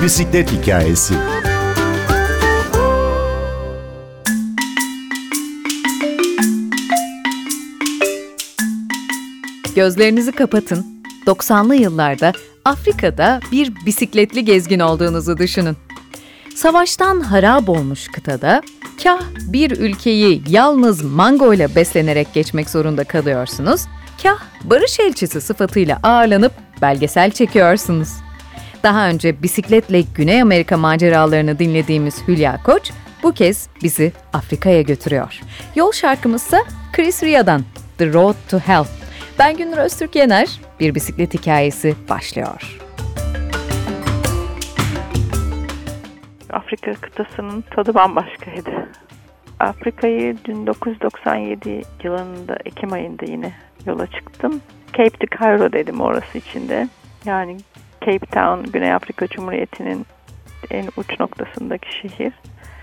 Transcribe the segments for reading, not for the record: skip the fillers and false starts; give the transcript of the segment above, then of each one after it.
bisiklet hikayesi. Gözlerinizi kapatın. 90'lı yıllarda Afrika'da bir bisikletli gezgin olduğunuzu düşünün. Savaştan harap olmuş kıtada, kah bir ülkeyi yalnız mango ile beslenerek geçmek zorunda kalıyorsunuz, kah barış elçisi sıfatıyla ağırlanıp belgesel çekiyorsunuz. Daha önce bisikletle Güney Amerika maceralarını dinlediğimiz Hülya Koç, bu kez bizi Afrika'ya götürüyor. Yol şarkımızsa Chris Ria'dan The Road to Hell. Ben Gündür Öztürk Yener, bir bisiklet hikayesi başlıyor. Afrika kıtasının tadı bambaşkaydı. Afrika'yı 1997 yılında Ekim ayında yine yola çıktım. Cape to Cairo dedim orası içinde. Yani Cape Town, Güney Afrika Cumhuriyeti'nin en uç noktasındaki şehir.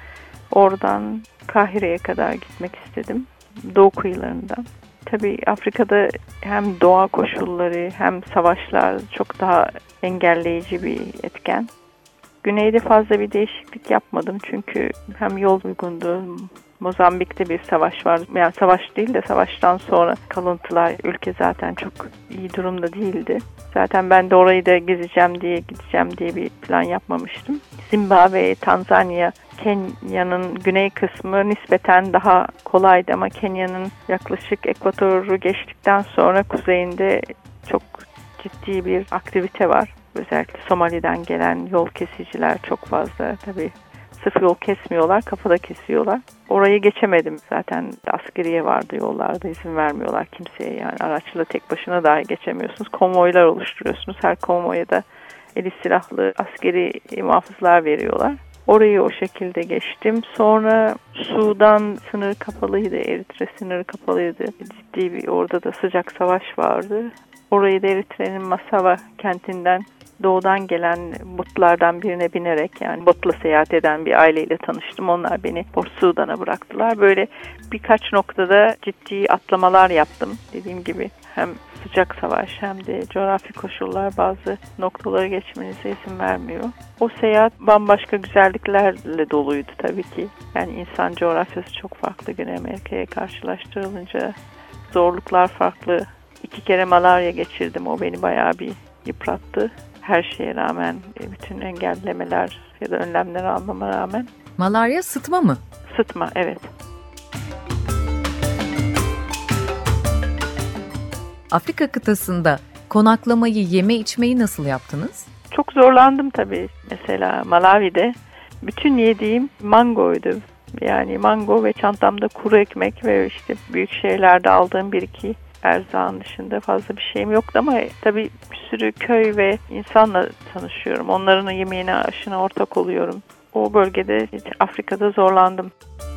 Oradan Kahire'ye kadar gitmek istedim. Doğu kıyılarından. Tabii Afrika'da hem doğa koşulları hem savaşlar çok daha engelleyici bir etken. Güneyde fazla bir değişiklik yapmadım çünkü hem yol uygundu. Mozambik'te bir savaş var. Yani savaş değil de savaştan sonra kalıntılar. Ülke zaten çok iyi durumda değildi. Zaten ben de orayı da gideceğim diye bir plan yapmamıştım. Zimbabwe, Tanzanya, Kenya'nın güney kısmı nispeten daha kolaydı ama Kenya'nın yaklaşık ekvatoru geçtikten sonra kuzeyinde çok ciddi bir aktivite var. Özellikle Somali'den gelen yol kesiciler çok fazla. Tabii sırf yol kesmiyorlar, kafada kesiyorlar. Orayı geçemedim. Zaten askeriye vardı yollarda, izin vermiyorlar kimseye. Yani araçla tek başına dahi geçemiyorsunuz. Konvoylar oluşturuyorsunuz. Her konvoya da eli silahlı askeri muhafızlar veriyorlar. Orayı o şekilde geçtim. Sonra Sudan sınırı kapalıydı, Eritre sınırı kapalıydı. Ciddi bir orada da sıcak savaş vardı. Orayı da Eritre'nin Masava kentinden doğudan gelen botlardan birine binerek yani botla seyahat eden bir aileyle tanıştım. Onlar beni Port Sudan'a bıraktılar. Böyle birkaç noktada ciddi atlamalar yaptım. Dediğim gibi hem sıcak savaş hem de coğrafi koşullar bazı noktaları geçmenize izin vermiyor. O seyahat bambaşka güzelliklerle doluydu tabii ki. Yani insan coğrafyası çok farklı. Güney Amerika'ya karşılaştırılınca zorluklar farklı. 2 kere malaria geçirdim. O beni bayağı bir yıprattı. Her şeye rağmen, bütün engellemeler ya da önlemleri almama rağmen. Malaria sıtma mı? Sıtma, evet. Afrika kıtasında konaklamayı, yeme içmeyi nasıl yaptınız? Çok zorlandım tabii. Mesela Malawi'de bütün yediğim mangoydu. Yani mango ve çantamda kuru ekmek ve işte büyük şehirlerde aldığım bir iki erzağın dışında fazla bir şeyim yoktu ama tabii bir sürü köy ve insanla tanışıyorum. Onların yemeğine, aşına ortak oluyorum. O bölgede Afrika'da zorlandım.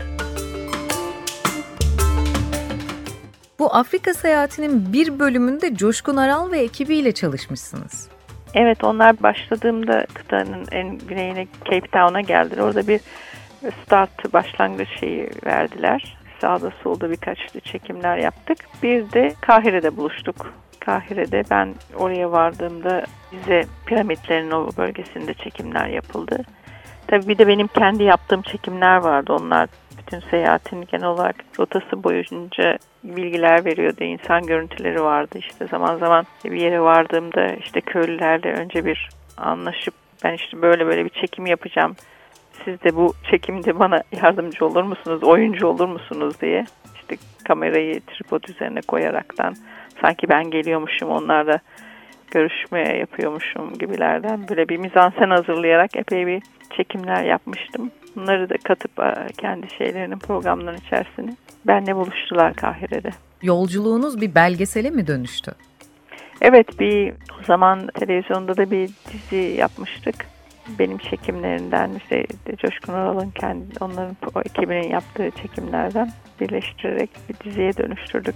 Bu Afrika seyahatinin bir bölümünde Coşkun Aral ve ekibiyle çalışmışsınız. Evet, onlar başladığımda kıtanın en güneyine Cape Town'a geldiler. Orada bir başlangıç şeyi verdiler. Sağda solda birkaç çekimler yaptık. Bir de Kahire'de buluştuk. Kahire'de ben oraya vardığımda bize piramitlerin o bölgesinde çekimler yapıldı. Tabii bir de benim kendi yaptığım çekimler vardı. Onlar bütün seyahatin genel olarak rotası boyunca bilgiler veriyordu. İnsan görüntüleri vardı. İşte zaman zaman bir yere vardığımda işte köylülerle önce bir anlaşıp ben işte böyle bir çekim yapacağım. Siz de bu çekimde bana yardımcı olur musunuz, oyuncu olur musunuz diye. İşte kamerayı tripod üzerine koyaraktan sanki ben geliyormuşum, onlarla görüşmeye yapıyormuşum gibilerden böyle bir mizansen hazırlayarak epey bir çekimler yapmıştım. Bunları da katıp kendi şeylerinin programlarının içerisine benle buluştular Kahire'de. Yolculuğunuz bir belgesele mi dönüştü? Evet, o zaman televizyonda da bir dizi yapmıştık. Benim çekimlerinden işte Coşkun Aral'ın onların o ekibinin yaptığı çekimlerden birleştirerek bir diziye dönüştürdük.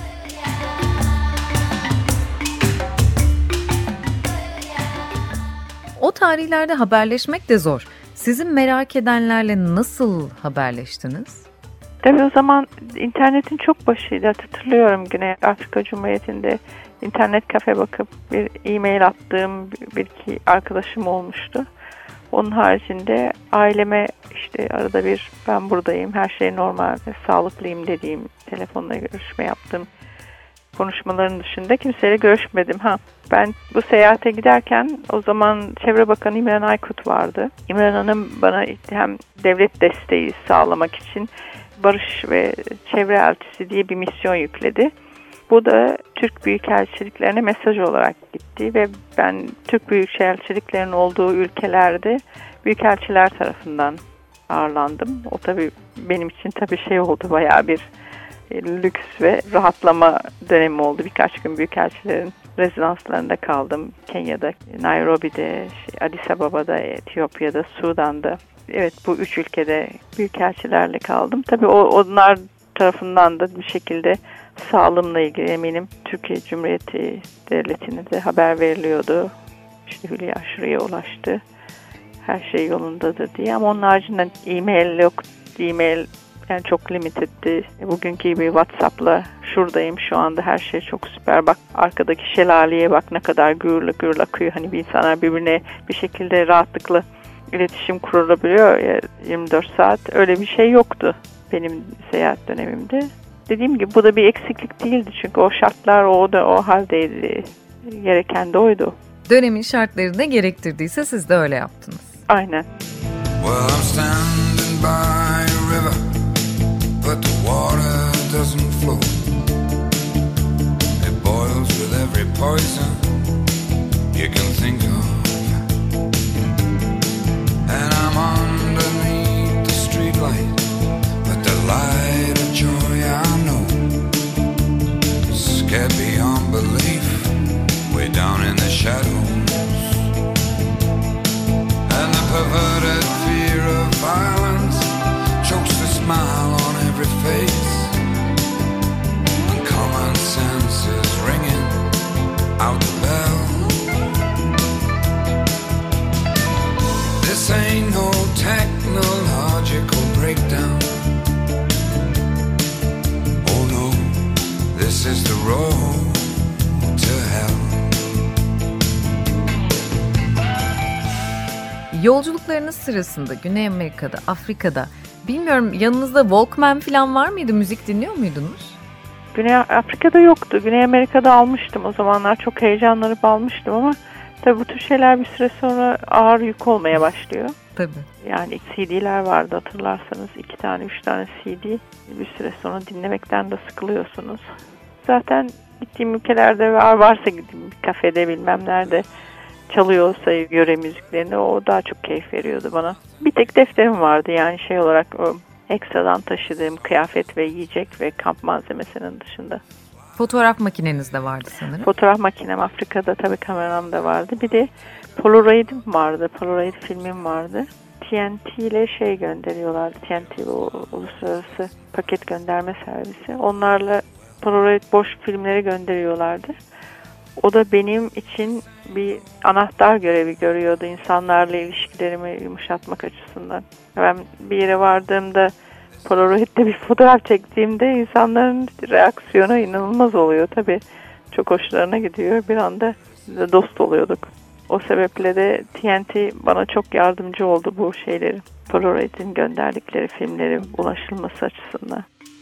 O tarihlerde haberleşmek de zor. Sizin merak edenlerle nasıl haberleştiniz? Tabii o zaman internetin çok başıydı. Hatırlıyorum Güney Afrika Cumhuriyeti'nde internet kafe bakıp bir e-mail attığım bir iki arkadaşım olmuştu. Onun haricinde aileme işte arada bir ben buradayım, her şey normal, sağlıklıyım dediğim, telefonla görüşme yaptım. Konuşmaların dışında kimseyle görüşmedim. Ben bu seyahate giderken o zaman Çevre Bakanı İmran Aykut vardı. İmran Hanım bana hem devlet desteği sağlamak için Barış ve Çevre Elçisi diye bir misyon yükledi. Bu da Türk Büyükelçiliklerine mesaj olarak gitti ve ben Türk Büyükelçiliklerinin olduğu ülkelerde büyükelçiler tarafından ağırlandım. O tabii benim için tabii oldu, bayağı bir lüks ve rahatlama dönemi oldu. Birkaç gün büyükelçilerin rezidanslarında kaldım. Kenya'da, Nairobi'de, Addis Ababa'da, Etiyopya'da, Sudan'da. Evet, bu 3 ülkede büyükelçilerle kaldım. Tabii onlar tarafından da bir şekilde sağlığımla ilgili eminim Türkiye Cumhuriyeti Devleti'ne de haber veriliyordu. İşte Hülya şuraya ulaştı, her şey yolundadır diye. Ama onun haricinde e-mail yok. E-mail yani çok limitetti. Bugünkü gibi WhatsApp'la şuradayım şu anda, her şey çok süper. Bak arkadaki şelaleye bak, ne kadar gür gür akıyor. Hani bir insanlar birbirine bir şekilde rahatlıkla iletişim kurulabiliyor ya, 24 saat. Öyle bir şey yoktu benim seyahat dönemimde. Dediğim gibi bu da bir eksiklik değildi çünkü o şartlar o haldeydi. Gereken de oydu. Dönemin şartları ne gerektirdiyse siz de öyle yaptınız. Aynen. Well, I'm standing by a river, but the water doesn't flow. It boils with every poison you can think of. And I'm underneath the streetlight, but the light of joy I know is scared beyond belief, way down in the shadows. And the perverted fear of violence chokes the smile on every face, and common sense is ringing out the bell. This ain't no technological breakdown. Oh no, this is the road to hell. Yolculuklarınız sırasında Güney Amerika'da, Afrika'da, bilmiyorum, yanınızda Walkman falan var mıydı? Müzik dinliyor muydunuz? Güney Afrika'da yoktu. Güney Amerika'da almıştım. O zamanlar çok heyecanlanıp almıştım ama tabii bu tür şeyler bir süre sonra ağır yük olmaya başlıyor. Tabii. Yani CD'ler vardı hatırlarsanız. 2 tane 3 tane CD. Bir süre sonra dinlemekten de sıkılıyorsunuz. Zaten gittiğim ülkelerde varsa gittiğim bir kafede bilmem nerede çalıyorsa yöre müziklerini, o daha çok keyif veriyordu bana. Bir tek defterim vardı yani olarak o ekstradan taşıdığım kıyafet ve yiyecek ve kamp malzemesinin dışında. Fotoğraf makineniz de vardı sanırım. Fotoğraf makinem, Afrika'da tabii kameram da vardı. Bir de Polaroid'im vardı. Polaroid filmim vardı. TNT ile gönderiyorlardı. TNT bu uluslararası paket gönderme servisi. Onlarla Polaroid boş filmleri gönderiyorlardı. O da benim için bir anahtar görevi görüyordu insanlarla ilişkilerimi yumuşatmak açısından. Ben bir yere vardığımda Polaroid'de bir fotoğraf çektiğimde insanların reaksiyonu inanılmaz oluyor. Tabii çok hoşlarına gidiyor. Bir anda dost oluyorduk. O sebeple de TNT bana çok yardımcı oldu bu şeyleri. Polaroid'in gönderdikleri filmlerin ulaşılması açısından.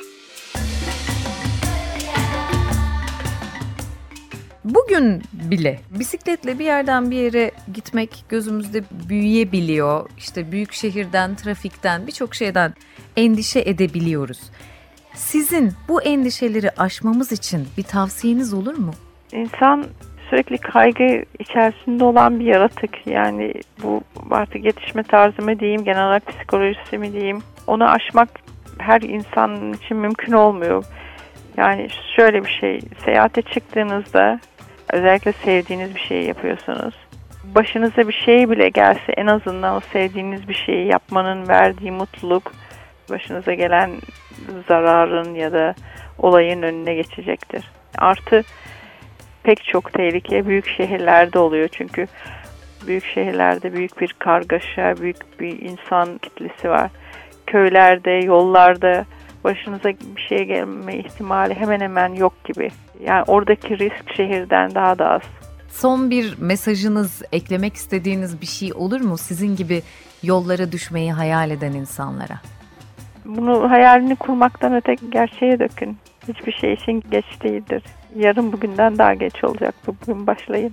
Bugün bile bisikletle bir yerden bir yere gitmek gözümüzde büyüyebiliyor. İşte büyük şehirden, trafikten, birçok şeyden endişe edebiliyoruz. Sizin bu endişeleri aşmamız için bir tavsiyeniz olur mu? İnsan sürekli kaygı içerisinde olan bir yaratık. Yani bu artık yetişme tarzı mı diyeyim, genel olarak psikolojisi mi diyeyim. Onu aşmak her insan için mümkün olmuyor. Yani şöyle bir şey, seyahate çıktığınızda özellikle sevdiğiniz bir şeyi yapıyorsunuz. Başınıza bir şey bile gelse en azından o sevdiğiniz bir şeyi yapmanın verdiği mutluluk başınıza gelen zararın ya da olayın önüne geçecektir. Artı pek çok tehlike büyük şehirlerde oluyor çünkü büyük şehirlerde büyük bir kargaşa, büyük bir insan kitlesi var. Köylerde, yollarda başınıza bir şey gelme ihtimali hemen hemen yok gibi. Yani oradaki risk şehirden daha da az. Son bir mesajınız, eklemek istediğiniz bir şey olur mu sizin gibi yollara düşmeyi hayal eden insanlara? Bunu hayalini kurmaktan öte gerçeğe dökün. Hiçbir şey için geç değildir. Yarın bugünden daha geç olacak. Bugün başlayın.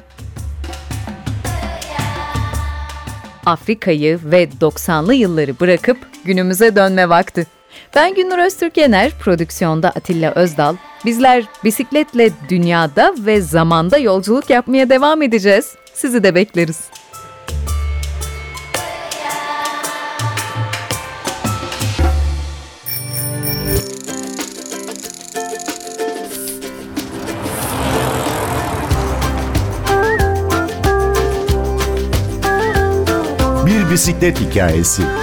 Afrika'yı ve 90'lı yılları bırakıp günümüze dönme vakti. Ben Günnur Öztürk Yener, prodüksiyonda Atilla Özdal. Bizler bisikletle dünyada ve zamanda yolculuk yapmaya devam edeceğiz. Sizi de bekleriz. Bir bisiklet hikayesi.